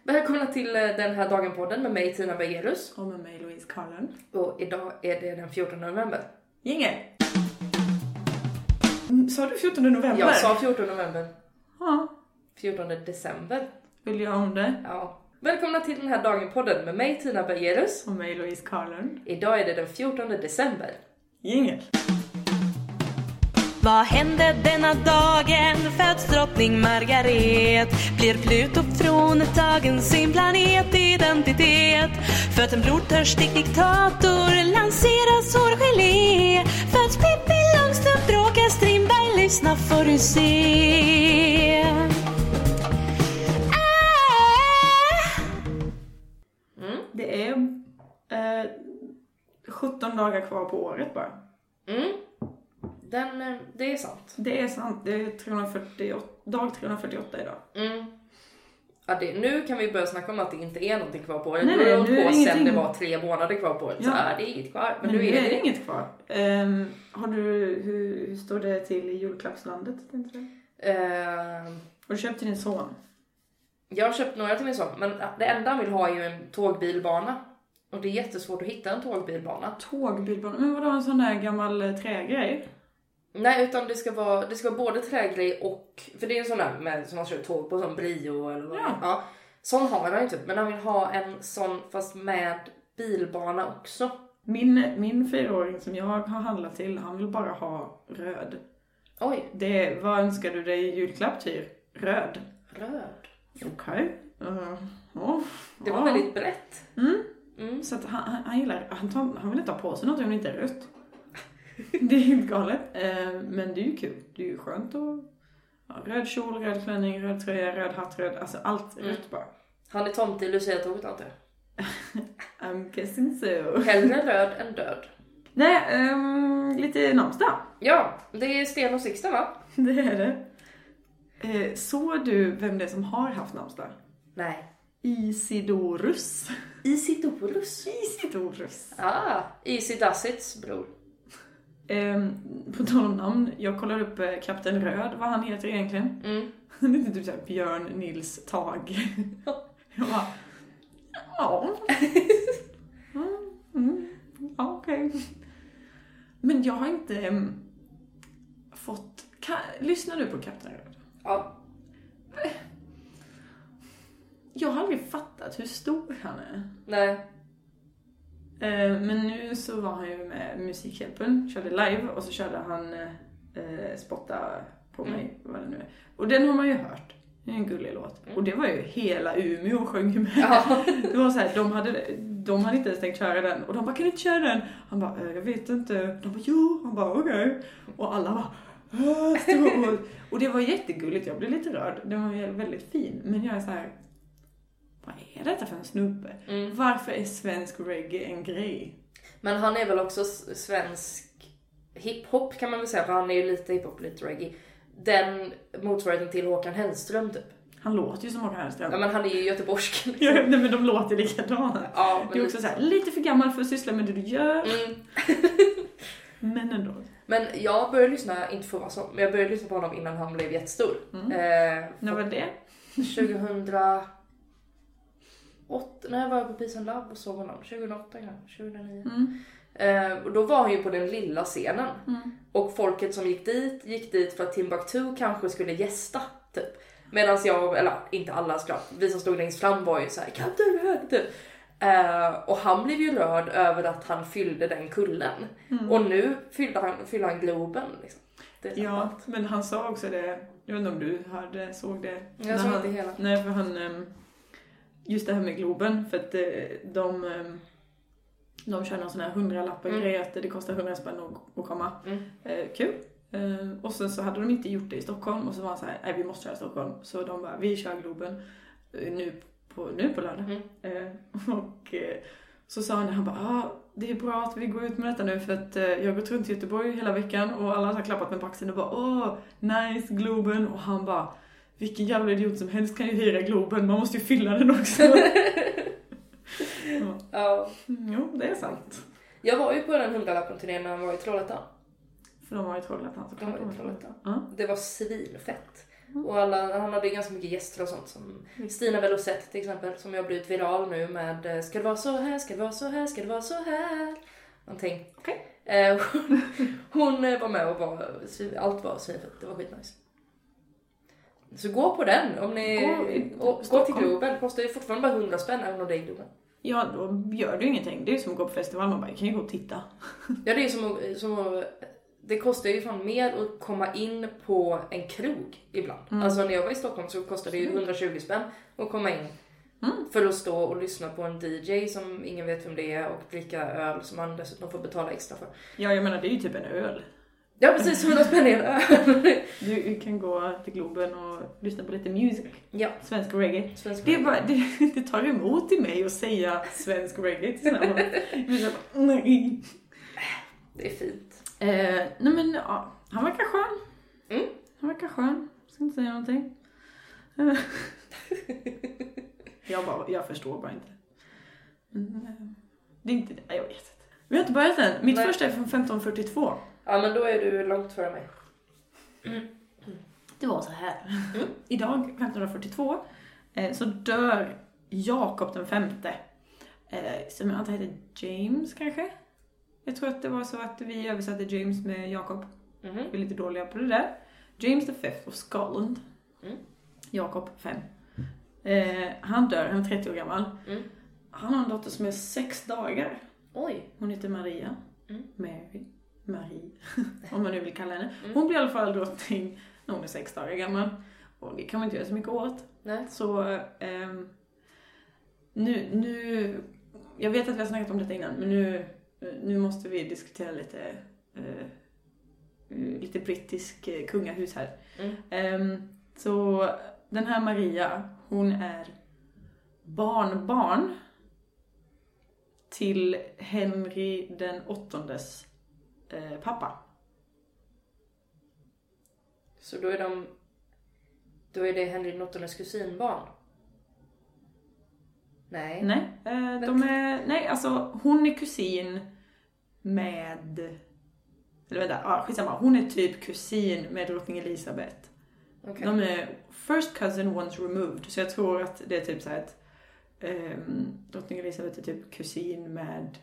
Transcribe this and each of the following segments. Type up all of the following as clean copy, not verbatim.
Välkomna till den här dagen-podden med mig Tina Bergerus. Och med mig Louise Karlen. Och idag är det den 14 november. Jingel! Sa du 14 november? Jag sa 14 november. Ja. 14 december. Vill jag om det? Ja. Välkomna till den här dagen-podden med mig Tina Bergerus. Och mig Louise Karlen. Idag är det den 14 december. Jingel! Vad hände denna dagen? Föds drottning Margaret. Blir Pluto fråntagen sin planetidentitet. Föds en blodtörstig diktator. Lanseras hårgelé. Föds Pippi Långstrump. Bråkar Strindberg. Lyssna får du se. Det är 17 dagar kvar på året bara. Det är sant. Det är sant. Det är dag 348 idag. Ja, nu kan vi börja snacka om att det inte är någonting kvar på året. Nej, nu är det på sen ingenting. det var 3 månader kvar på året. Ja. Så är det inget kvar. Men nu nu är det inget kvar. Hur står det till i julklappslandet? Har du köpt till din son? Jag har köpt några till min son. Men det enda han vill ha är ju en tågbilbana. Och det är jättesvårt att hitta en tågbilbana. Tågbilbana? Men vadå, en sån där gammal trägrej? Nej, utan det ska vara både trägrej och... För det är en sån där med, som man kör tåg på, som Brio eller vad det är. Ja. Sån har han inte, men han vill ha en sån fast med bilbana också. Min 4-åring som jag har handlat till, han vill bara ha röd. Oj. Vad önskar du dig i julklapp till? Röd. Röd? Okej. Det var väldigt brett. Så att han gillar, han vill inte ha på sig något om det inte är rött. Det är helt galet. Men det är ju kul. Det är ju skönt att röd kjol, röd klänning, röd tröja, röd hatt, röd, alltså allt rött bara. Han är tomte i Lucia-tåget, antar jag. I'm guessing so. Hellre röd än död. Nej, lite namnsdag. Ja, det är Sten och Sixten, va? Det är det. Såg du vem det är som har haft namnsdag? Nej. Isidorus. Isidorus? Isidorus. Easy Does It's bror. På tal om namn, jag kollade upp Kapten Röd, vad han heter egentligen. Han heter typ såhär Björn Nils Tag. Jag bara, ja. Ja, okej. Men jag har inte fått... Lyssnar du på Kapten Röd? Ja. Jag har aldrig fattat hur stor han är. Nej. Men nu så var han ju med Musikhjälpen, körde live och så körde han Spotta på mig, vad det nu är. Och den har man ju hört. Det är en gullig låt. Och det var ju hela Umeå sjöng med. Ja. Det var så här, de hade inte ens tänkt köra den. Och de bara, kan du inte köra den? Han bara, jag vet inte. De bara, jo. Han bara, okej. Och alla bara, och det var jättegulligt. Jag blev lite rörd. Den var väldigt fin. Men jag är så här, vad är detta för en snubbe? Varför är svensk reggae en grej? Men han är väl också svensk hiphop, kan man väl säga. För han är ju lite hiphop, lite reggae. Den motsvarigheten till Håkan Hellström typ. Han låter ju som Håkan Hellström. Ja, men han är ju göteborgsk. Liksom. Ja, nej, men de låter likadana. Ja, det är också så här, lite för gammal för att syssla med det du gör. Men ändå. Men jag började lyssna, inte för vad som, men jag började lyssna på honom innan han blev jättestor. När var det? 2008, när jag var på Peace and Love och såg honom. 2008 kanske, 2009. Och då var han ju på den lilla scenen. Och folket som gick dit för att Timbuktu kanske skulle gästa typ. Medan jag, eller inte alla såklart, vi som stod längst fram var ju såhär, Kapten Röd typ. Och han blev ju rörd över att han fyllde den kullen. Och nu fyllde han Globen liksom. Ja, allt. Men han sa också det, jag vet inte om du såg det. Jag såg inte hela. Nej, för han, just det här med Globen, för att de kör någon sån här 100-lappar grej att det kostar 100 spänn att komma. Kul. Och sen så hade de inte gjort det i Stockholm och så var han så här, nej vi måste köra i Stockholm. Så de bara, vi kör Globen nu på lördag. Och så sa han bara, det är bra att vi går ut med detta nu för att jag har gått runt i Göteborg hela veckan och alla har klappat med på axeln och bara, nice Globen. Och han bara, vilken jävla idiot som helst kan ju hyra Globen, man måste ju fylla den också. Ja. Jo, det är sant. Jag var ju på den 100-lappen-turnén när han var i Trollhättan. För de var i Trollhättan. Det var svinfett. Och han hade ganska mycket gäster och sånt. Som Stina Velocette till exempel. Som jag blivit viral nu med ska det vara så här, ska det vara så här, ska det vara så här. Någonting. Okay. Hon var med och allt var svinfett. Det var skitnice. Så gå på den om ni gå till Globen. Det kostar ju fortfarande bara 100 spänn även om det är Globen. Ja, då gör du ingenting. Det är som att gå på festival. Man bara, kan ju gå och titta. Ja, det är som att det kostar ju fan mer att komma in på en krog ibland. Alltså när jag var i Stockholm så kostade det ju 120 spänn att komma in. För att stå och lyssna på en DJ som ingen vet vem det är och dricka öl som man dessutom får betala extra för. Ja, jag menar det är ju typ en öl. Ja, precis, 100 spänn är en öl. Du kan gå till Globen och lyssna på lite music. Ja. Svensk reggae. Det är bara, det tar emot i mig att säga svensk reggae till nej. Det är fint. Nej men ja, han verkar skön. Han verkar skön. Ska inte säga någonting. Jag förstår bara inte. Det är inte det. Jag vet inte. Vi har inte börjat än. Mitt första är från 1542. Ja, men då är du långt före mig. Det var så här. Idag, 1542, så dör Jakob den femte. Som jag antar heter James kanske. Jag tror att det var så att vi översatte James med Jakob. Vi är lite dåliga på det där. James the Fifth of Scotland. Jakob 5. Han dör, han är 30 år gammal. Han har en dotter som är 6 dagar. Oj. Hon heter Maria. Marie, om man nu vill kalla henne. Hon blir i alla fall drottning när hon är 6 dagar gammal. Och det kan man inte göra så mycket åt. Nej. Så nu jag vet att vi har snackat om detta innan, men nu måste vi diskutera lite brittisk kungahus här. Så den här Maria, hon är barnbarn till Henry den 8:s pappa. Så då är det Henry den 8:s kusinbarn? Nej. Nej, alltså hon är kusin med, eller vänta, skitsamma. Hon är typ kusin med drottning Elisabeth. Okay. De är first cousin once removed. Så jag tror att det är typ så här att drottning Elisabeth är typ kusin med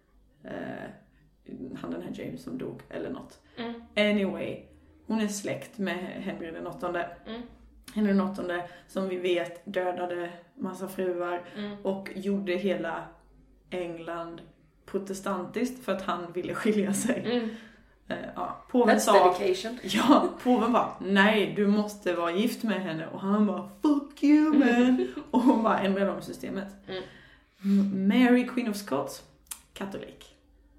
han den här James som dog eller något. Anyway, hon är släkt med Henry den 8:e. Henry den 8:e som vi vet dödade massa fruar och gjorde hela England protestantiskt för att han ville skilja sig. Påven sa, påven bara, nej, du måste vara gift med henne. Och han bara, fuck you man. Och hon bara ändrade om systemet. Mary, Queen of Scots, katolik.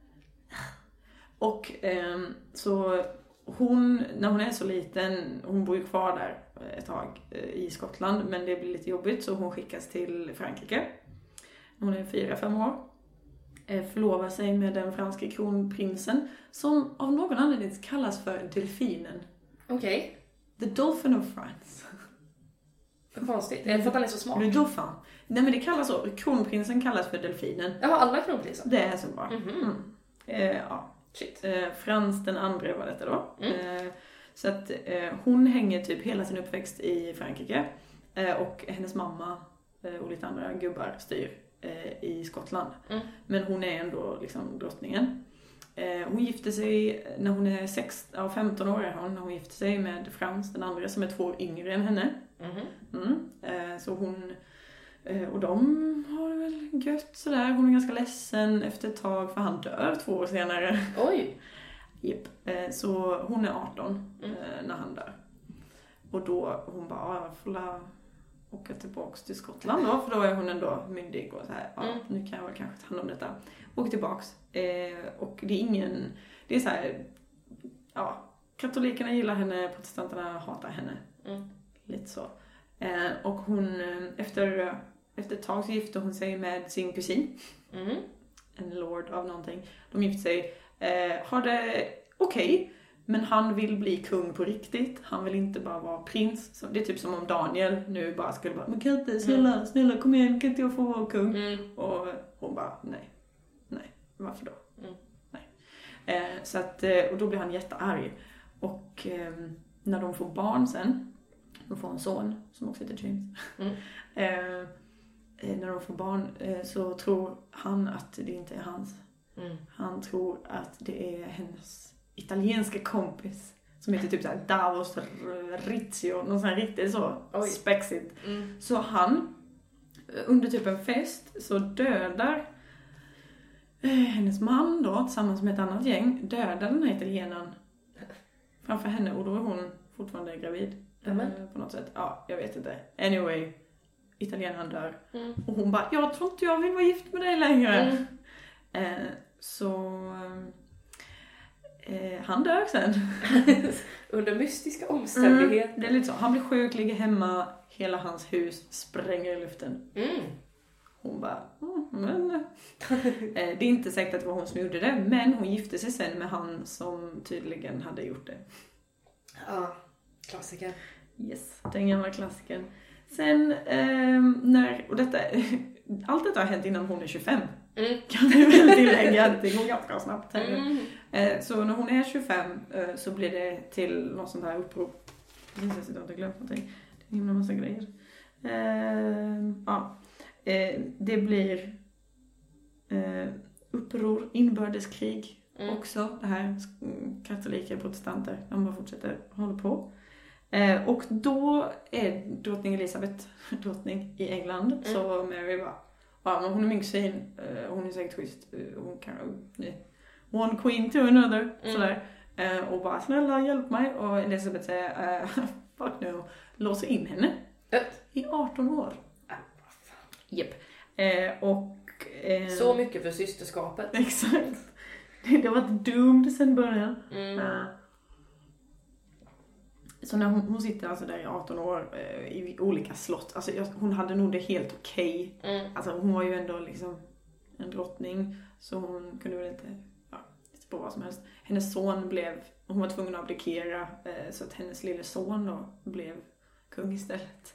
Och så hon, när hon är så liten, hon bor ju kvar där ett tag i Skottland, men det blir lite jobbigt så hon skickas till Frankrike. Hon är 4-5 år. Förlovar sig med den franska kronprinsen som av någon anledning kallas för delfinen. Okej. The Dolphin of France. Vad konstigt. Är det för att han är så smart? Le Dauphin. Nej, men det kallas så. Kronprinsen kallas för delfinen. Ja, alla kronprinsar. Det är så bra. Shit. Frans den andre var detta då. Så att hon hänger typ hela sin uppväxt i Frankrike. Och hennes mamma och lite andra gubbar styr i Skottland. Men hon är ändå liksom drottningen. Hon gifte sig när hon är 15 år är hon, när hon gifte sig med Frans den andra som är 2 år yngre än henne. Så hon och de har det väl gött sådär. Hon är ganska ledsen efter ett tag för han dör 2 år senare. Oj! Japp. Så hon är 18 när han dör. Och då hon bara, jag får åka tillbaks till Skottland då, för då är hon ändå myndig och så här, nu kan jag väl kanske ta hand om detta. Åker tillbaks. Och det är ingen, det är så här, katolikerna gillar henne, protestanterna hatar henne. Lite så. Och hon, efter ett tag så gifte hon sig med sin kusin. En lord av någonting. De gifte sig, har det okej. Men han vill bli kung på riktigt. Han vill inte bara vara prins. Så det är typ som om Daniel nu bara skulle bara, men kan inte, snälla kom igen, kan inte jag få vara kung? Och hon bara, nej, varför då? Nej. Och då blir han jättearg. Och när de får barn sen, De får en son som också heter James. När de får barn så tror han att det inte är hans. Han tror att det är hennes italienska kompis som heter typ såhär Davos Rizio, någon sån här riktigt så spexigt. Så han under typ en fest så dödar hennes man då tillsammans med ett annat gäng, dödar den här italienaren framför henne, och då är hon fortfarande gravid på något sätt. Ja, jag vet inte. Anyway, italienaren dör. Och hon bara, jag tror inte jag vill vara gift med dig längre. Han dör sen. Under mystiska omständigheter. Det är lite så. Han blir sjuk, ligger hemma, hela hans hus spränger i luften. Hon bara, det är inte säkert att det var hon som gjorde det, men hon gifte sig sen med han som tydligen hade gjort det. Ja, klassiker. Yes, den gamla klassikern. Sen allt detta har hänt innan hon är 25. Kan vi väl tillägga att det går ganska snabbt. Så när hon är 25 så blir det till något sånt här upprop. Jag har inte glömt någonting. Det är en himla massa grejer. Det blir uppror, inbördeskrig också. Det här katoliker, protestanter, de bara fortsätter hålla på. Och då är drottning Elisabeth drottning i England. Så Mary bara, men hon är min kusin, hon är säkert schysst, hon kan one queen to another, sådär. Och bara, snälla hjälp mig. Och Elisabeth säger, fuck no, låser in henne i 18 år. Japp. Så mycket för systerskapet. Exakt. Det var doomed sen början. Så när hon sitter alltså där i 18 år i olika slott. Alltså hon hade nog det helt okej. Alltså hon var ju ändå liksom en drottning. Så hon kunde väl inte på vad som helst. Hennes son hon var tvungen att abdikera. Så att hennes lille son då blev kung istället.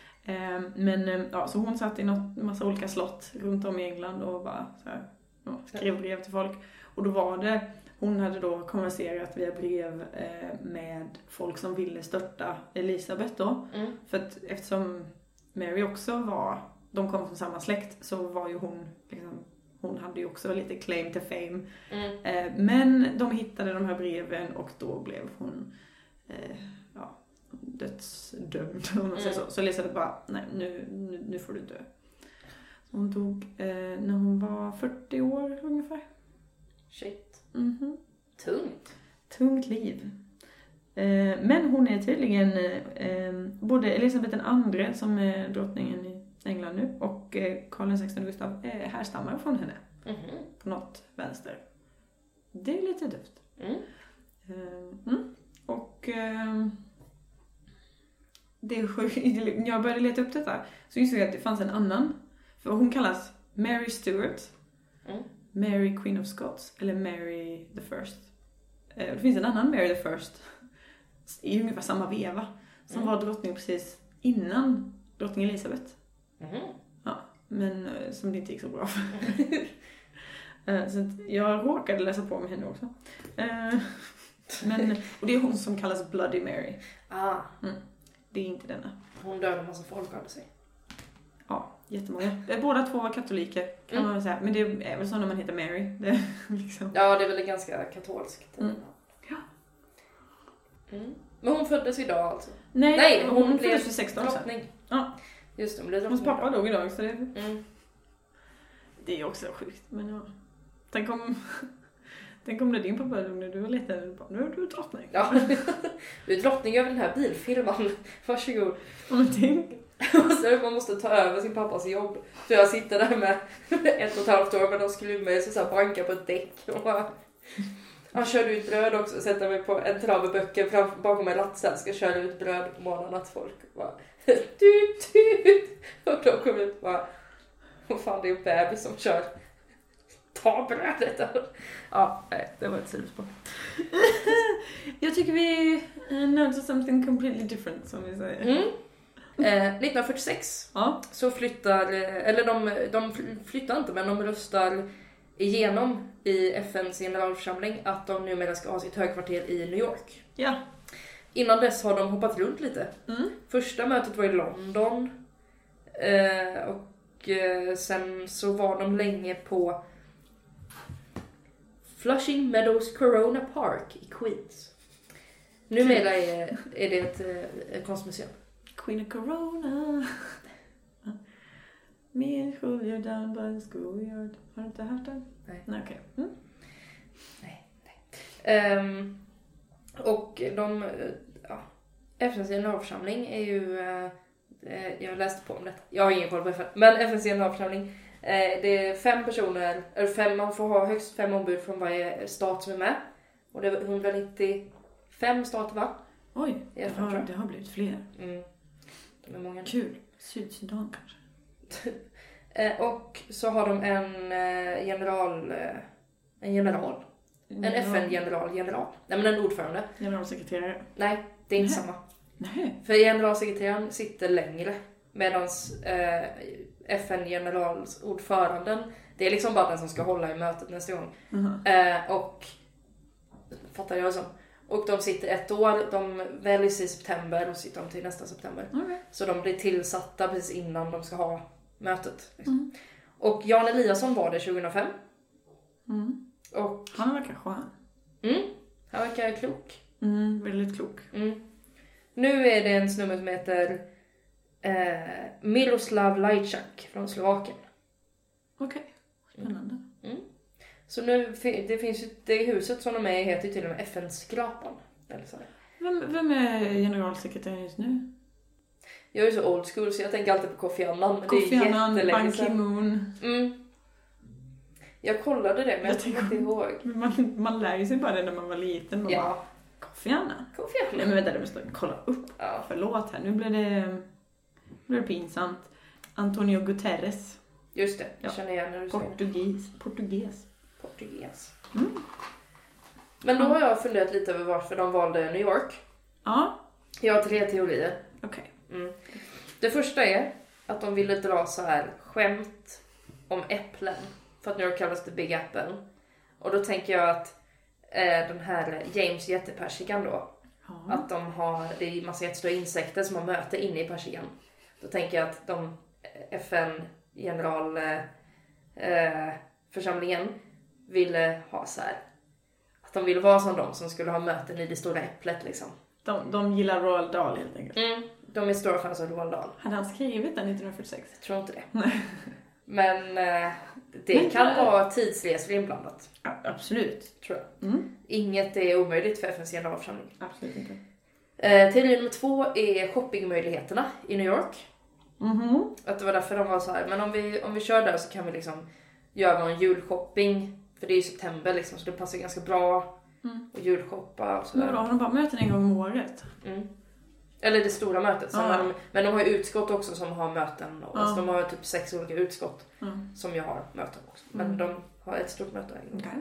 Så hon satt i en massa olika slott runt om i England och bara så här, skrev brev till folk. Och då var det, hon hade då konverserat via brev med folk som ville störta Elisabeth då. För att eftersom Mary också de kom från samma släkt, så var ju hon liksom, hon hade ju också lite claim to fame. Men de hittade de här breven och då blev hon dödsdömd. Så Elisabeth bara, nej, nu får du dö. Så hon dog när hon var 40 år ungefär. Shit. Tungt liv. Men hon är tydligen både Elisabeth II som är drottningen i England nu och Karl XVI Gustav härstammar från henne. På något vänster. Det är lite döft. Och det är sjukt. Jag började leta upp detta, så insåg jag att det fanns en annan. För hon kallas Mary Stuart, Mary Queen of Scots eller Mary the First. Det finns en annan Mary the First i ungefär samma veva som var drottning precis innan drottning Elisabeth. Ja, men som det inte gick så bra för. Så jag råkade läsa på med henne också. Och det är hon som kallas Bloody Mary. Det är inte denna. Hon dödade en massa folk av sig. Ja, jättemånga. Båda två var katoliker kan man väl säga. Men det är väl så när man heter Mary. Det, liksom. Ja, det är väl ganska katolskt. Ja. Men hon föddes idag alltså? Nej, hon föddes för 16 år sedan. Ja. Just det, hon blev hennes pappa dog idag. Så det är också sjukt. Men ja. Tänk om det är din pappa dog när du var liten. Nu är du drottning. Ja, du är drottning över den här bilfirman. Varsågod. Man måste ta över sin pappas jobb. Så jag sitter där med 1,5 år med de skruvar så banka på ett däck. Han körde ut bröd också. Sätter mig på en trave böcker bakom en ratt. Ska köra ut bröd på morgonen att folk bara och de kom ut och bara, vad fan, det är en bebis som kör. Ta brödet. Ja, det var ett sidospår. Jag tycker vi notice something completely different, som vi säger. 1946 så flyttar, eller de flyttar inte, men de röstar igenom i FNs generalförsamling att de numera ska ha sitt högkvarter i New York. Ja. innan dess har de hoppat runt lite. Första mötet var i London. Och sen så var de länge på Flushing Meadows Corona Park i Queens. Numera är det ett konstmuseum. Queen of Corona. Me and Julio down by the schoolyard. Har du inte hört den? Nej. Nej, okej. Nej. Och FNs generalförsamling är ju... jag läste på om detta. Jag har ingen koll på FN. Men FNs generalförsamling, det är 5 personer, eller man får ha högst 5 ombud från varje stat som är med. Och det är 195 stater, va? Oj, det har blivit fler. De är många. Kul. Sydsudan kanske. Och så har de en FN-general. Nej, men en ordförande. Generalsekreterare. Nej, det är inte samma. Nej. För generalsekreteraren sitter längre. Medan FN-generalsordföranden, det är liksom bara den som ska hålla i mötet nästa gång. Och fattar jag som. Och de sitter 1 år, de väljs i september och sitter de till nästa september. Så de blir tillsatta precis innan de ska ha mötet. Liksom. Och Jan Eliasson var det 2005. Och han verkar skön. Han verkar klok. Väldigt klok. Nu är det en snubbe som heter Miroslav Lajčák från Slovakien. Okej, spännande. Så nu, det finns ju, det huset som de är heter ju till och med FN-skrapan. Eller så. Vem är generalsekreteraren just nu? Jag är så old school så jag tänker alltid på Kofi Annan. Men Kofi Annan, det är Ban Ki-moon. Jag kollade det men jag kommer inte ihåg. Man lär ju sig bara det när man var liten. Man bara, Kofi Annan. Nej men vänta, det måste kolla upp. Förlåt här, nu blir det pinsamt. Antonio Guterres. Just det, jag känner igen när du säger Portugis. Men då har jag funderat lite över varför de valde New York. Ja. Jag har 3 teorier. Okej. Det första är att de ville dra så här skämt om äpplen. För att New York kallas The Big Apple. Och då tänker jag att den här James jättepersikan då. Att det är massa jättestora insekter som har möte inne i persikan. Då tänker jag att de FN-generalförsamlingen ville ha så här. Att de ville vara som de som skulle ha möten i det stora äpplet liksom. De gillar Roald Dahl helt enkelt. De är stora fans av Roald Dahl. Hade han skrivit den 1946? Jag tror inte det. Men det kan vara tidsresor inblandat. Ja, absolut. Tror jag. Inget är omöjligt för FNs generalförsamling. Absolut inte. Teori nummer 2 är shoppingmöjligheterna i New York. Att det var därför de var så här. Men om vi kör där så kan vi liksom göra en julshopping. För det är ju september liksom, så det passar ganska bra. Och julshoppa och sådär. Men då har de bara möten en gång om året. Eller det stora mötet. Men de har ju utskott också som har möten. Och alltså de har typ 6 olika utskott som jag har möten också. Men de har ett stort möte.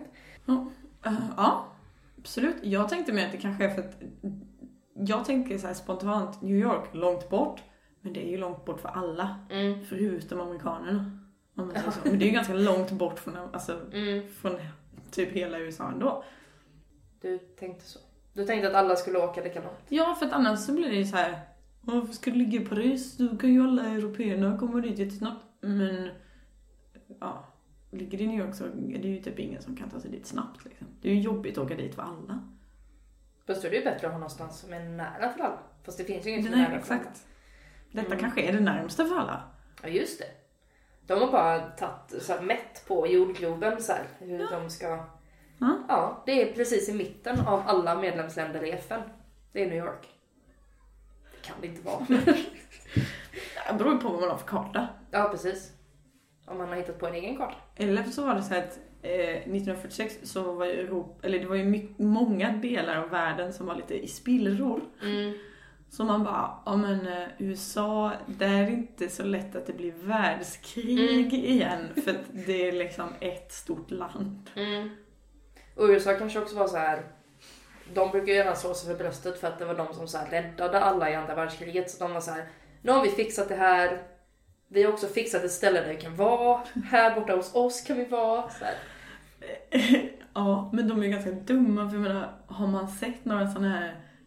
Ja, absolut. Jag tänkte mer att det kanske är för att jag tänker så här spontant New York, långt bort. Men det är ju långt bort för alla. Förutom amerikanerna. Men det är ju ganska långt bort från, från typ hela USA ändå. Du tänkte så? Du tänkte att alla skulle åka likadant? Ja, för att annars så blir det ju så här. Varför ska du ligga i Paris? Du kan ju alla européerna komma dit jättesnabbt. Men ligger det i New York så är det ju typ ingen som kan ta sig dit snabbt liksom. Det är ju jobbigt att åka dit för alla. Fast då är det ju bättre att ha någonstans som är nära för alla. Fast det finns ju inget nära för alla. Detta kanske är det närmsta för alla. Ja, just det. De har bara tagit så här, mätt på jordgloben så här, hur de ska... Ja, det är precis i mitten av alla medlemsländer i FN. Det är New York. Det kan det inte vara. Det beror på vad man har för karta. Ja, precis. Om man har hittat på en egen karta. Eller så var det så att 1946 så var Europa, eller det var ju många delar av världen som var lite i spillror. Så man bara, USA, där är det inte så lätt att det blir världskrig igen. För att det är liksom ett stort land. Och USA kanske också var så här. De brukar ju gärna slå sig för bröstet för att det var de som så här räddade alla i andra världskriget. Så de var så här, nu har vi fixat det här. Vi har också fixat ett ställe där vi kan vara. Här borta hos oss kan vi vara. Så här. Ja, men de är ganska dumma. För jag menar, har man sett några sådana här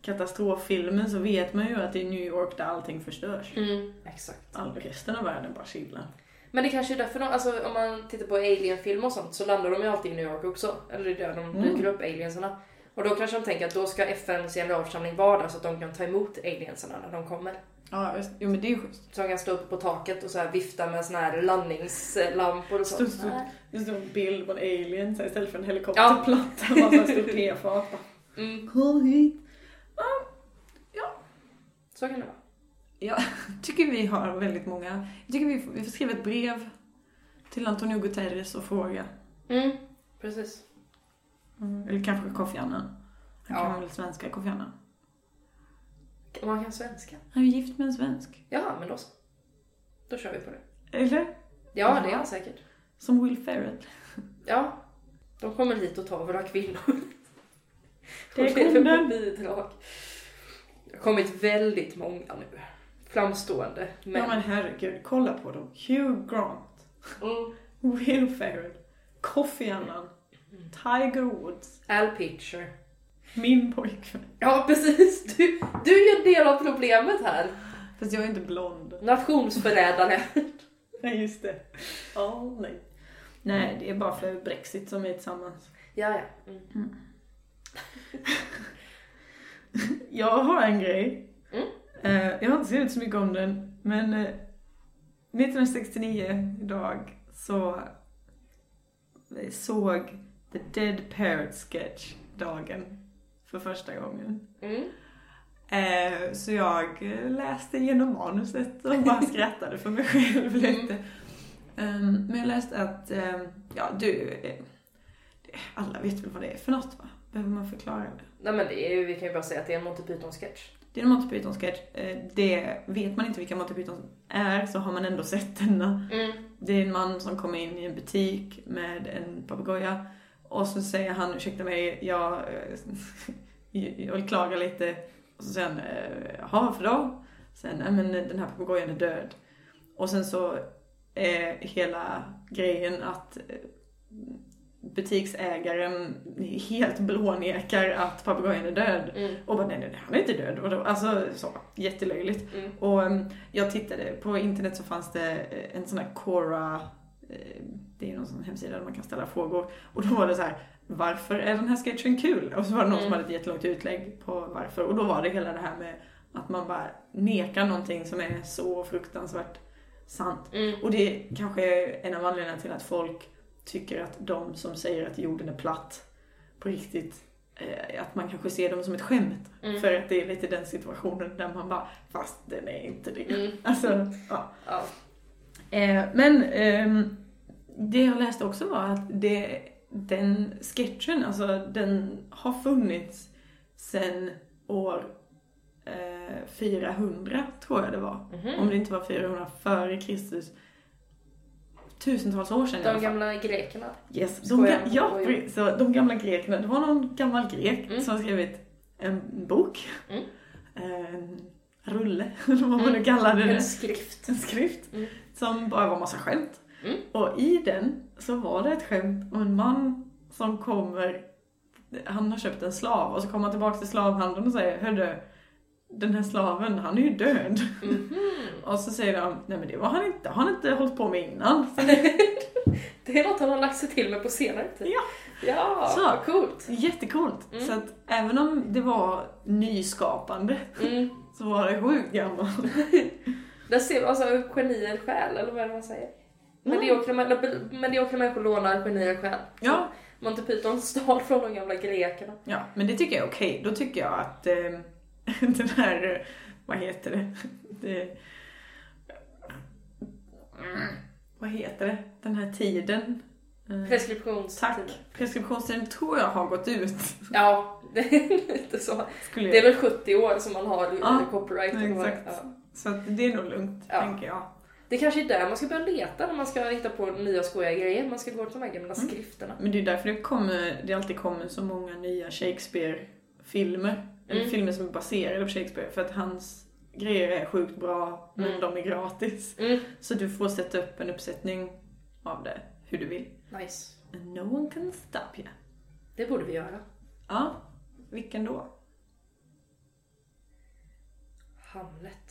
katastroffilmen så vet man ju att det är New York där allting förstörs. Exakt. All resten av världen bara chillar. Men det kanske är därför alltså, om man tittar på Alien-film och sånt så landar de ju alltid i New York också. Eller det är där de dyker upp aliensarna. Och då kanske de tänker att då ska FNs generalförsamling vara där så att de kan ta emot aliensarna när de kommer. Ja, jo, men det är ju schysst. Så de kan stå uppe på taket och så här vifta med såna här landningslampor och sånt. Det står en bild på en alien så istället för en helikopterplatta. Ja. Bara så stor tefat. Kom hit. Ja. Så kan det vara. Jag tycker vi har väldigt många. Jag tycker vi får skriva ett brev till Antonio Guterres och fråga. Precis. Eller kanske Kofi Annan. Han kan väl svenska Kofi Annan. Man kan svenska. Han är gift med en svensk. Ja, men då så. Då kör vi på det. Eller? Ja, det är han säkert. Som Will Ferrell. Ja. De kommer hit och tar våra kvinnor. Det är kunden. Bidrag. Det har kommit väldigt många nu. Framstående. Men... Ja men herregud, kolla på dem. Hugh Grant. Will Ferrell. Kofi Annan. Tiger Woods. Al Pitcher. Min pojkvän. Ja, precis. Du är en del av problemet här. Fast jag är inte blond. Nationsförrädare. Nej, just det. Nej. Nej, det är bara för Brexit som är tillsammans. Ja. Jag har en grej. Jag har inte skrivit så mycket om den. Men 1969 idag så såg The Dead Parrot Sketch dagen för första gången. Så jag läste igenom manuset och bara skrattade för mig själv lite. Men jag läste att alla vet väl vad det är för något, va? Behöver man förklara det? Nej, men det är, vi kan ju bara säga att det är en Monty Python-sketch. Det är en Monty Python-sketch. Det vet man inte vilka Monty Python är, så har man ändå sett denna. Det är en man som kommer in i en butik med en papegoja. Och så säger han, ursäkta mig, jag vill klaga lite. Och så säger han, jaha, för då? Sen, nej men den här papegojan är död. Och sen så är hela grejen att butiksägaren helt blånekar att papegojan är död. Och bara, nej, han är inte död. Och då, alltså så, jättelöjligt. Och jag tittade, på internet så fanns det en sån här Quora, det är någon sån hemsida där man kan ställa frågor. Och då var det så här, varför är den här sketchen kul? Och så var det någon som hade ett jättelångt utlägg på varför. Och då var det hela det här med att man bara nekar någonting som är så fruktansvärt sant. Och det kanske är en av anledningarna till att folk tycker att de som säger att jorden är platt på riktigt, att man kanske ser dem som ett skämt. För att det är lite den situationen där man bara, fast den är inte det. Alltså, ja. Men det jag läste också var att den sketchen, alltså den har funnits sedan år 400 tror jag det var. Om det inte var 400 före Kristus. Tusentals år sedan. De gamla grekerna. Yes. Så de gamla grekerna. Det var någon gammal grek som har skrivit en bok. En rulle. Vad man nu kallade det. En skrift. Som bara var massa skämt. Och i den så var det ett skämt om en man som kommer. Han har köpt en slav. Och så kommer han tillbaka till slavhandeln och säger, hördu, den här slaven, han är ju död. Och så säger de, nej men det var han inte. Han har inte hållit på med innan. Det är något han har lagt sig till med på senare tid. Ja, så coolt. Jättekult. Så att även om det var nyskapande så var det sjukt gammalt. Där ser man alltså genier själ, eller vad är det man säger? Mediokra människor lånar genier själ. Ja. Monty Python stal från de gamla grekerna. Ja, men det tycker jag är okej. Då tycker jag att den här, vad heter det? Vad heter det? Den här tiden. Preskriptionstiden. Tack. Preskriptionstiden tror jag har gått ut. Ja, det är lite så. Det är väl 70 år som man har copyright. Exakt. Så att det är nog lugnt, tänker jag. Det kanske är där man ska börja leta när man ska hitta på nya skojiga grejer. Man ska gå till de här gamla skrifterna. Men det är därför det alltid kommer så många nya Shakespeare-filmer. Eller filmer som är baserade på Shakespeare. För att hans grejer är sjukt bra, men de är gratis. Så du får sätta upp en uppsättning av det, hur du vill. Nice. And no one can stop you. Det borde vi göra. Ja, vilken då? Hamlet.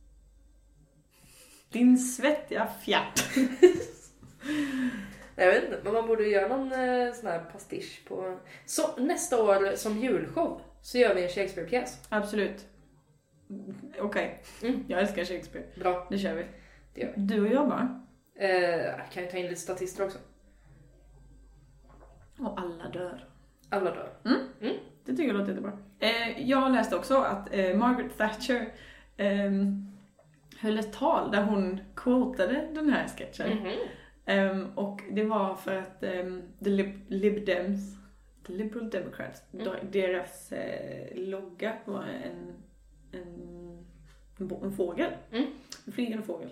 Din svettiga fjärt. Jag vet inte, men man borde göra någon sån här pastisch på... Så nästa år som julshow så gör vi en Shakespeare-pjäs. Absolut. Okej. Jag älskar Shakespeare. Bra. Det kör vi. Det gör vi. Du och jag bara. Kan ju ta in lite statister också. Och alla dör. Alla dör. Det tycker jag låter jättebra. Jag läste också att Margaret Thatcher höll ett tal där hon quotade den här sketchen. Och det var för att the Lib Dems, the Liberal Democrats, deras logga var en fågel. En flygande fågel.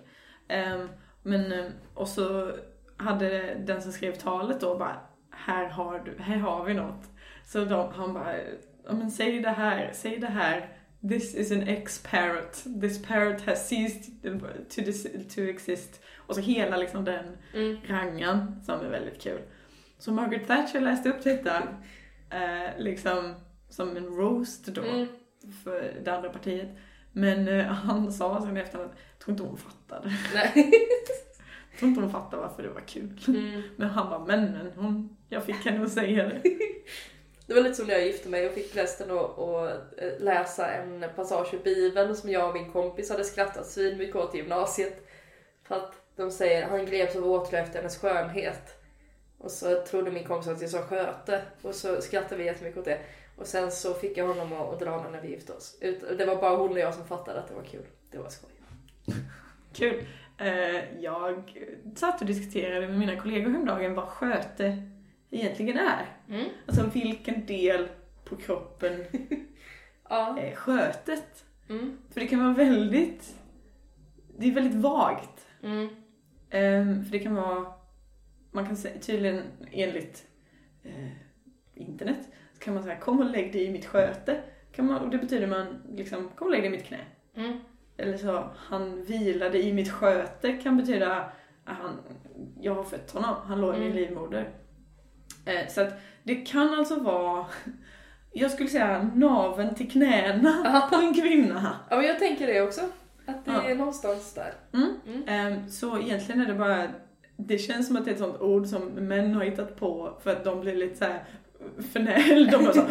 Och så hade den som skrev talet då bara, här har vi något. Så han bara, men säg det här. This is an ex-parrot. This parrot has ceased to exist. Och så hela liksom den rangan som är väldigt kul. Så Margaret Thatcher läste upp detta liksom som en roast då för det andra partiet. Men han sa sen efter att jag tror inte hon fattade. Nej. Jag tror inte hon fattade varför det var kul. Men han var jag fick henne att säga det. Det var lite som när jag gifte mig och fick prästen att läsa en passage ur Bibeln som jag och min kompis hade skrattat svinmycket åt i gymnasiet. För att de säger, han greps av åtrå efter hennes skönhet. Och så trodde min kompis att jag sa sköte. Och så skrattade vi jättemycket åt det. Och sen så fick jag honom att dra när vi gifte oss. Det var bara hon och jag som fattade att det var kul. Det var skoj. Kul. Jag satt och diskuterade med mina kollegor häromdagen vad sköte egentligen är. Alltså vilken del på kroppen är skötet. För det kan vara väldigt vagt. För det kan vara, man kan säga tydligen enligt internet så kan man säga, kom och lägg dig i mitt sköte. Och det betyder man liksom, kom och lägg dig i mitt knä. Eller så, han vilade i mitt sköte kan betyda jag har fött honom, han låg i min livmoder. Så att det kan alltså vara, jag skulle säga, naven till knäna på en kvinna. Ja, men jag tänker det också. Att det är någonstans där. Så egentligen är det bara, det känns som att det är ett sånt ord som män har hittat på för att de blir lite så här förnäll. De bara så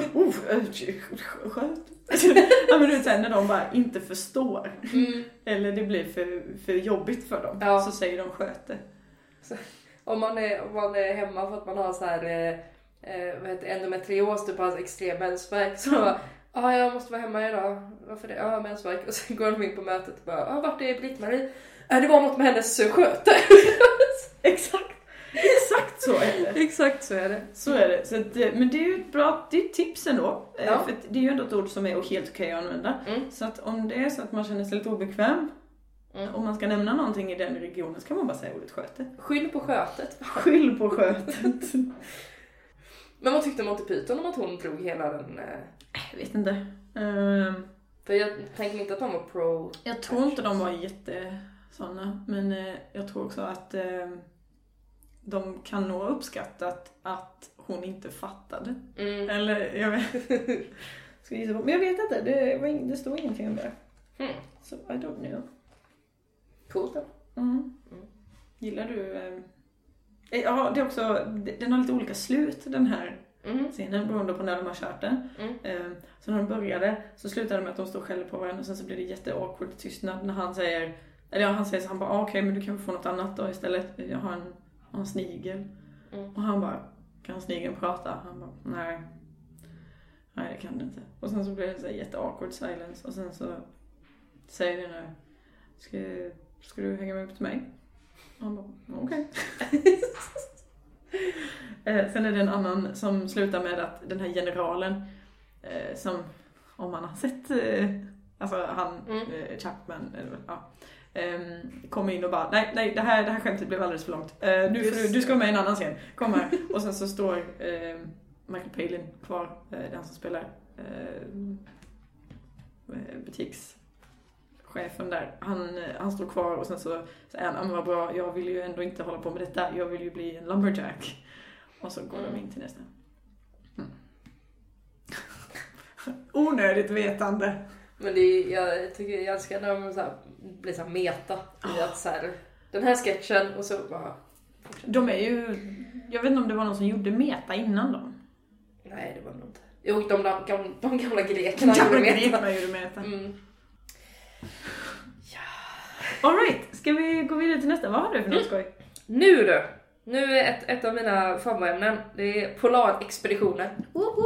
sköt. Ja, men du vet såhär, när de bara inte förstår. Eller det blir för jobbigt för dem. Så säger de sköte. Så, om man är hemma för att man har så här endometrios, typ har extrem mensvärk, så jag måste vara hemma idag. Varför det? Ja, mensvärk. Och sen går de in på mötet och bara, vart är Britt-Marie? Det var något med hennes sköte. Exakt så är det. Exakt så är det. Så är det. Så att, men det är ju ett bra tips ändå. För det är ju ändå ett ord som är helt okej att använda. Så att om det är så att man känner sig lite obekväm, om man ska nämna någonting i den regionen, så kan man bara säga ordet sköte. Skyll på skötet. Skyll på skötet. Men vad tyckte Monty Python om att hon drog hela den? Jag vet inte. För jag tänker inte att de var pro. Jag tror inte de var såna. Men jag tror också att de kan nog uppskattat att hon inte fattade. Eller jag vet. Men jag vet inte. Det stod ingenting om det. Så I don't know. Coolt då. Gillar du? Ja, det är också, den har lite olika slut, den här scenen, beroende på när de har kört den. Så när de började så slutade det med att de stod och skällde på varandra, och sen så blir det jätteawkward tystnad när han säger, så han bara, okej, men du kan få något annat då istället. Jag har en snigel. Och han bara, kan snigeln prata? Han bara, nej, det kan det inte. Och sen så blir det så jätteawkward silence, och sen så säger den här, ska du hänga med upp till mig? Han bara, okej. Sen är det en annan som slutar med att den här generalen, som, om man har sett, alltså han, Chapman, kommer in och bara, nej, det här skämtet blev alldeles för långt. Du ska vara med i en annan scen. Kom här. Och sen så står Michael Palin kvar, den som spelar butikschefen där. Han står kvar, och sen så säger han, vad bra, jag vill ju ändå inte hålla på med detta. Jag vill ju bli en lumberjack. Och så går de in till nästa. Onödigt vetande. Men jag tycker jag älskar när de så här, blir så här meta i att så här, den här sketchen och så bara... De är ju... Jag vet inte om det var någon som gjorde meta innan dem. Nej, det var nog inte. Jo, de gamla grekerna gjorde meta. Ja. All right, ska vi gå vidare till nästa? Vad har du för något skoj? Nu är ett av mina favoritämnen. Det är polarexpeditioner.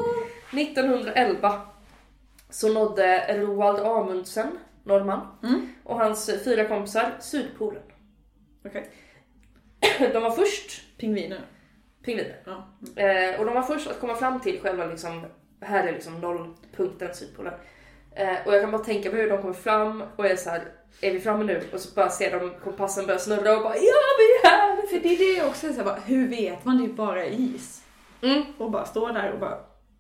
1911 så nådde Roald Amundsen, norrman, och hans 4 kompisar Sydpolen. Okej. De var först... Pingviner. Ja. Och de var först att komma fram till själva liksom... Här är liksom nollpunkten Sydpolen. Och jag kan bara tänka på hur de kommer fram och är så här, är vi framme nu? Och så bara ser de kompassen börja snurra och bara, ja vi är här! För det är det också, så här, bara, hur vet man? Det är ju bara is. Och bara stå där och bara...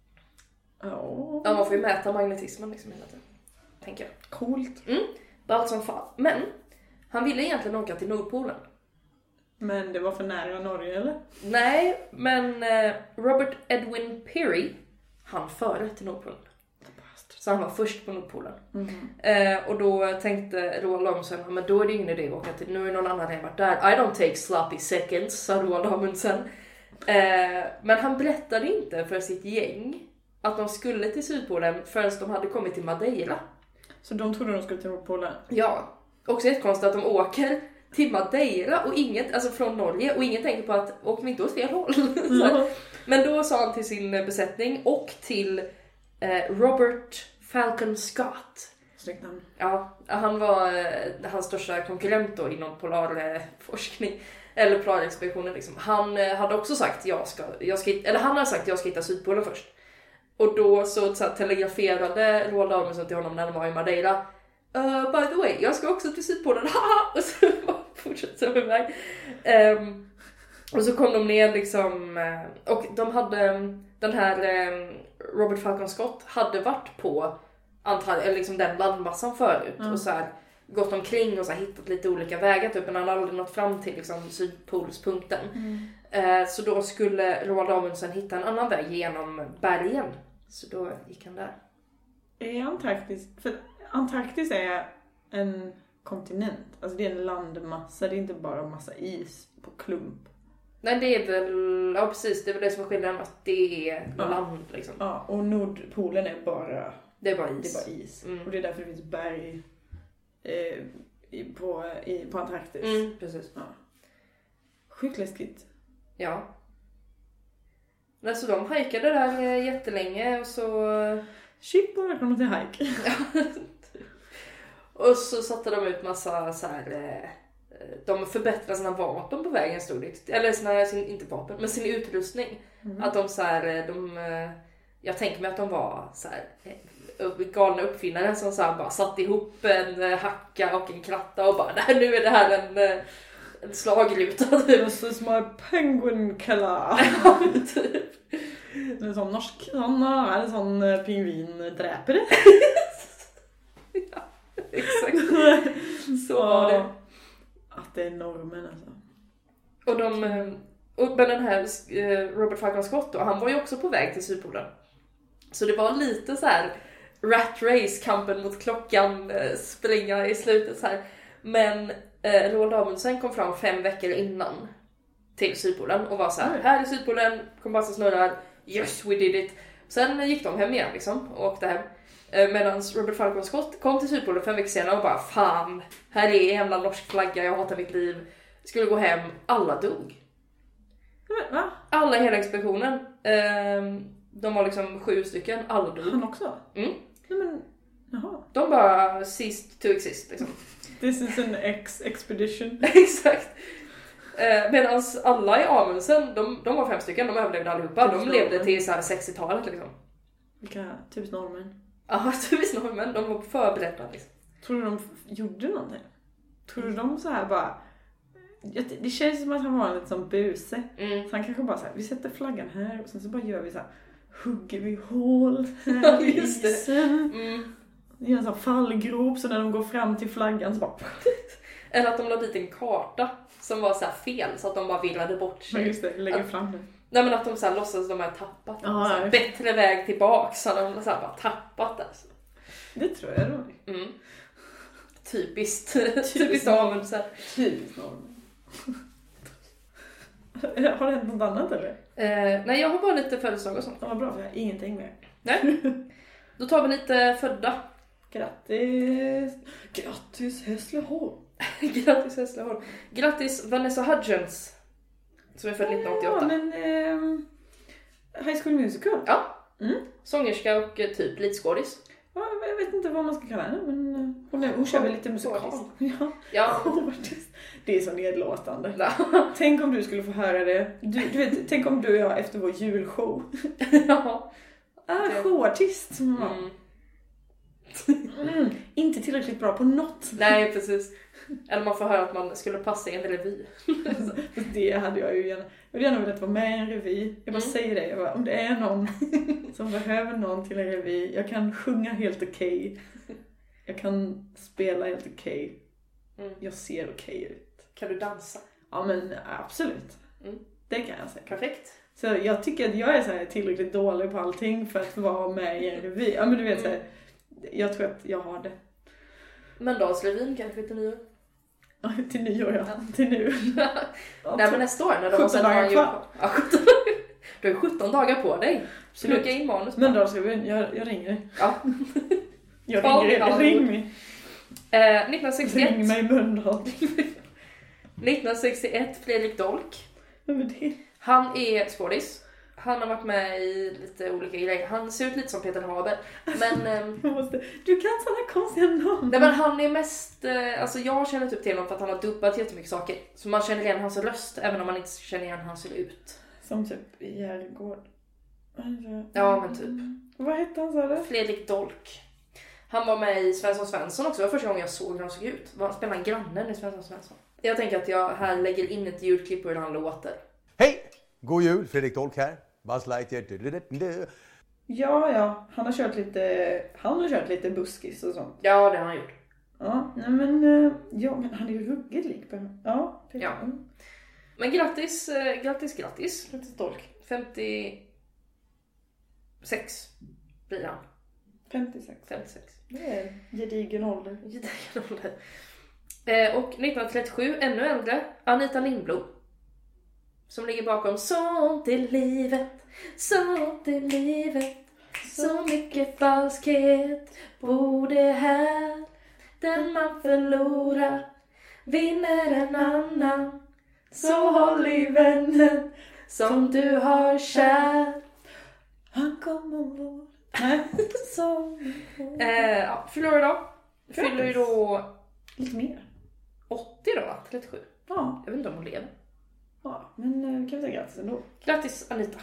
Ja, man får ju mäta magnetismen liksom hela tiden. Tänker jag. Coolt. Allt som fan. Men han ville egentligen åka till Nordpolen. Men det var för nära Norge, eller? Nej, men Robert Edwin Peary, han före till Nordpolen. Så han var först på Nordpolen. Och då tänkte Roald Amundsen, men då är det ingen idé att åka till. Nu är någon annan redan varit där. I don't take sloppy seconds, sa Roald Amundsen. Men han berättade inte för sitt gäng att de skulle till Sydpolen förrän de hade kommit till Madeira. Så de trodde de skulle till Nordpolen? Ja. Också ett konstigt att de åker till Madeira och inget, alltså från Norge, och ingen tänker på att åker vi inte åt fel håll. Men då sa han till sin besättning och till Robert Falcon Scott. Snyggt namn. Ja, han var hans största konkurrent då inom polarforskning eller polarexpeditionen liksom. Han hade också sagt han hade sagt jag ska hitta Sydpolen först. Och då så telegraferade Roald Amundsen till honom när de var i Madeira. By the way, jag ska också till Sydpolen. Och så fortsatte de iväg. Och så kom de ner liksom, och de hade den här Robert Falcon Scott hade varit på liksom den landmassan förut och så här gått omkring och så här hittat lite olika vägar typ, men han hade aldrig nått fram till liksom Sydpolspunkten. Så då skulle Roald Amundsen hitta en annan väg genom bergen. Så då gick han där. Är Antarktis, för Antarktis är en kontinent, alltså det är en landmassa, det är inte bara en massa is på klump. Nej, det är väl, ja precis, det är väl det som är skillnaden, att det är land liksom. Ja, och Nordpolen är bara... Det är bara is. Det är bara is. Och det är därför det finns berg på Antarktis. Precis. Ja. Sjukt läskigt. Ja. Men så de hajkade där jättelänge och så... Shit, välkomna till hike. Och så satte de ut massa så här... De förbättrade sina vapen på vägen stod det. Eller inte vapen, men sin utrustning. Att de så här... jag tänker mig att de var så här... galna uppfinnare som så här bara satt ihop en hacka och en kratta och bara, nu är det här en slagruta. This is my penguin killer. En sån norsk, en sån pingvindräpare. Ja, exakt. Så var det. Att det är normen alltså. Och den här Robert Falcon Scott då, han var ju också på väg till Sydpolen. Så det var lite så här rat race, kampen mot klockan, springa i slutet så här. Men Roald Amundsen kom fram 5 veckor innan till Sydpolen och var så här är Sydpolen, kompassen snurrar, yes we did it. Sen gick de hem igen liksom och åkte hem. Medan Robert Falcon Scott kom till Sydpolen 5 veckor senare och bara, fan, här är en jävla norsk flagga, jag hatar mitt liv. Skulle gå hem, alla dog. Va? Alla i hela expeditionen. De var liksom 7 stycken, alla dog. Han också? Mm. Nej, men, jaha. De bara ceased to exist liksom. This is an expedition. Exakt. Medan alla i Amundsen, de var 5 stycken, de överlevde allihopa. De levde till så här 60-talet liksom. Vilka typiskt norrmän? Ja, typiskt norrmän, de var förberedda liksom. Tror du de gjorde någonting? Tror du de så här bara... Det känns som att han var en lite som buse. Så han kanske bara så här, vi sätter flaggan här och sen så bara gör vi så här, hugger vi hål här i isen. Det är en sån fallgrop så när de går fram till flaggan så bara... Eller att de la dit en karta som var så här fel så att de bara virrade bort sig. Men just det, lägger fram det. Nej, men att de så här låtsas att de har tappat. Bättre väg tillbaka så de så här bara tappat där. Det tror jag nog. Typiskt Norrmän. Typiskt Norrmän. Har det hänt något annat eller? Nej, jag har bara lite födelsedag och sånt. Ja, bra, för jag har ingenting mer. Nej. Då tar vi lite födda. Grattis Hässleholm. Grattis Hässleholm. Grattis Vanessa Hudgens. Som är född 1988. Ja, men High School Musical. Ja. Sångerska och typ lite skådis. Ja, jag vet inte vad man ska kalla henne, men hon kör väl lite musikal. Ja. Det är så nedlåtande. Ja. Tänk om du skulle få höra det. Du vet, tänk om du och jag efter vår julshow. Ja. Showartist. Inte tillräckligt bra på något. Nej, precis. Eller man får höra att man skulle passa i en revy. Det hade jag ju gärna. Jag hade gärna velat vara med i en revy. Jag bara säger det. Om det är någon som behöver någon till en revy. Jag kan sjunga helt okej. Jag kan spela helt okej. Jag ser okej ut. Kan du dansa? Ja, men absolut. Det kan jag säga. Perfekt. Så jag tycker att jag är så här tillräckligt dålig på allting för att vara med i en revy. Ja, men du vet så här, jag tror att jag har det. Mölndalsrevyn kanske till nyår. Ja, till nyår, ja. Till nu. Nej, men nästa år när de 17 dagar kvar. Ja, 17. Du har 17 dagar på dig. Plugga in manus. Mölndalsrevyn, jag ringer. Ja. Jag ringer. Ring mig. 1961. Ring mig Mölndal. 1961, Fredrik Dolk. Vem är det? Han är skådis. Han har varit med i lite olika grejer. Han ser ut lite som Peter Haber. Men du kan sådana konstiga namn. Nej, men han är mest alltså jag känner typ till honom för att han har dubbat jättemycket saker. Så man känner igen hans röst även om man inte känner igen hans ser ut. Som typ i Järgård. Ja, men typ. Vad hette han, sa du? Fredrik Dolk. Han var med i Svensson också. Det var första gången jag såg hur han såg ut. Han spelade grannen i Svensson. Jag tänker att jag här lägger in ett ljudklipp på hur han låter. Hej! God jul, Fredrik Dolk här. Buzz Lightyear. Ja, han har kört lite buskis och sånt. Ja, det har han gjort. Ja, nej men han är ju ruggigt lik på henne. Ja, det är ja. Men grattis Fredrik Dolk. 56 blir han. 56. Det är gedigen ålder. Och 1937, ännu äldre, Anita Lindblom. Som ligger bakom sånt i livet, så mycket falskhet borde här. Den man förlorar vinner en annan. Så håll i vännen som du har kär. Han kommer vår. Fyller idag. Fyller ju då lite mer. 80 då, 37. Ja. Jag vet inte om hon lever. Ja, men kan vi säga grattis ändå. Grattis Anita.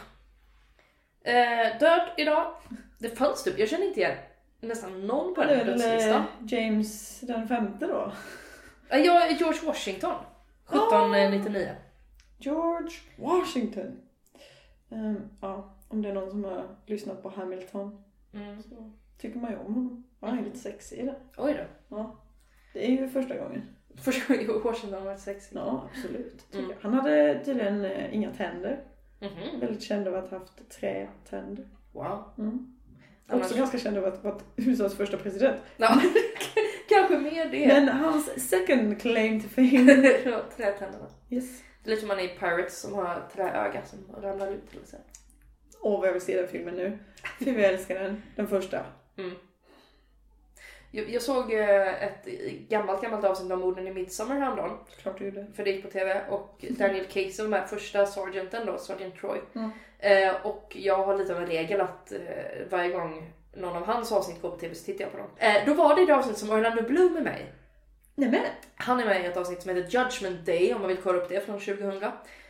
Död idag. Det fanns typ, jag känner inte igen nästan någon på den dödslistan. James den 5:e då? Ja, George Washington. 1799. George Washington. Ja, om det är någon som har lyssnat på Hamilton så tycker man ju om honom. Han är lite sexig i det. Oj då. Ja, det är ju första gången. Första gången Washington var sexig. Ja, absolut. Han hade tydligen inga tänder. Väldigt känd av att ha haft 3 tänder. Wow. Också ganska känd av att vara USAs första president. Ja, kanske mer det. Men hans second claim to fame. Trätänderna. Yes. Det är lite som man är i Pirates som har träöga som ramlar ut. Vad jag vill se den filmen nu. För vi älskar den första. Jag såg ett gammalt avsnitt av Morden i Midsommar häromdagen. Klart du gjorde. För det gick på tv. Och Daniel Casey var med, första sergeanten då, Sergeant Troy. Och jag har lite av en regel att varje gång någon av hans avsnitt går på tv så tittar jag på dem. Då var det avsnitt som Orlando Bloom är med i. Nämen. Han är med i ett avsnitt som heter Judgment Day, om man vill kolla upp det, från 2000.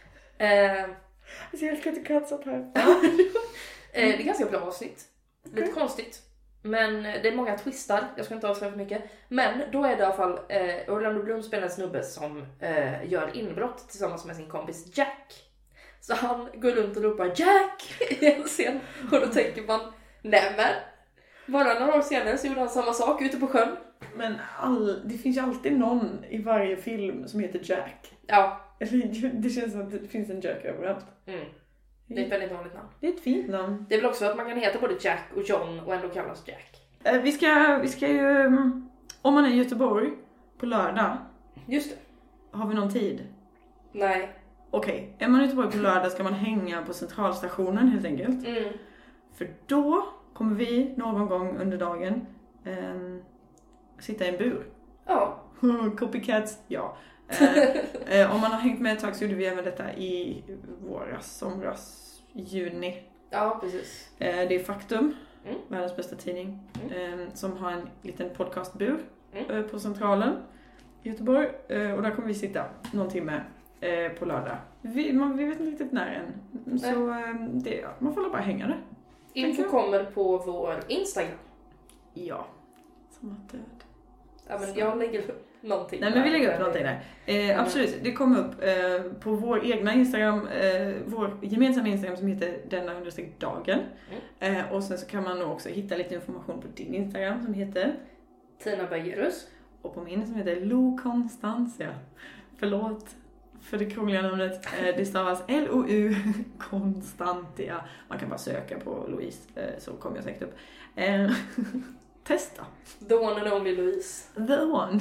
Jag ska inte kratsat här. Det är ganska bra avsnitt. Lite konstigt. Men det är många twistar. Jag ska inte avslöja för mycket. Men då är det i alla fall Orlando Bloom spelar en snubbe som gör inbrott tillsammans med sin kompis Jack. Så han går runt och ropar Jack i en scen. Och då tänker man, nämen. Bara några år senare så gjorde han samma sak ute på sjön. Men det finns ju alltid någon i varje film som heter Jack. Ja. Det känns som att det finns en Jack överallt. Det är ett väldigt vanligt namn. Det är ett fint namn. Det är väl också att man kan heta både Jack och John och ändå kallas Jack. Vi ska ju, om man är i Göteborg på lördag. Just det. Har vi någon tid? Nej. Okej, är man i Göteborg på lördag ska man hänga på centralstationen helt enkelt. För då kommer vi någon gång under dagen sitta i en bur. Ja. Copycats, ja. Om man har hängt med ett tag så gjorde vi även detta i somras, juni. Ja, precis. Det är Faktum, världens bästa tidning, som har en liten podcastbur på Centralen i Göteborg. Och där kommer vi sitta någon timme på lördag. Vi vet inte riktigt när än. Så man får bara hänga där. Info kommer på vår Instagram. Ja. Som att död. Ja, men jag lägger upp någonting. Nej, men vi lägger upp någonting där. Absolut, det kommer upp på vår egna Instagram, vår gemensamma Instagram som heter denna_dagen. Och sen så kan man nog också hitta lite information på din Instagram som heter Tina Bergerus. Och på min som heter Lou Constantia. Förlåt för det krångliga namnet. Det stavas L-O-U Constantia. Man kan bara söka på Louise så kommer jag säkert upp. Testa. The one and only Louise. The one.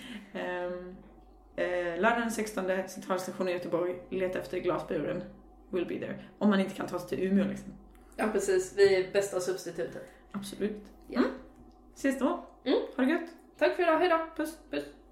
Lördagen den 16, centralstationen i Göteborg. Leta efter glasburen. Will be there. Om man inte kan ta sig till Umeå liksom. Ja, precis. Vi är bästa substitutet. Absolut. Ja. Ses då. Ha det gött. Tack för idag. Hej då. Puss.